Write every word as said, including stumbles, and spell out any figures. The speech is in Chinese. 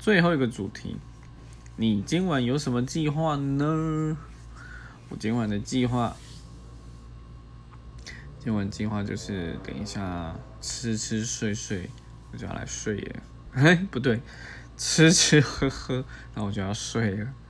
最后一个主题，你今晚有什么计划呢？我今晚的计划，今晚计划就是等一下吃吃睡睡，我就要来睡了。哎，不对，吃吃喝喝，那我就要睡了。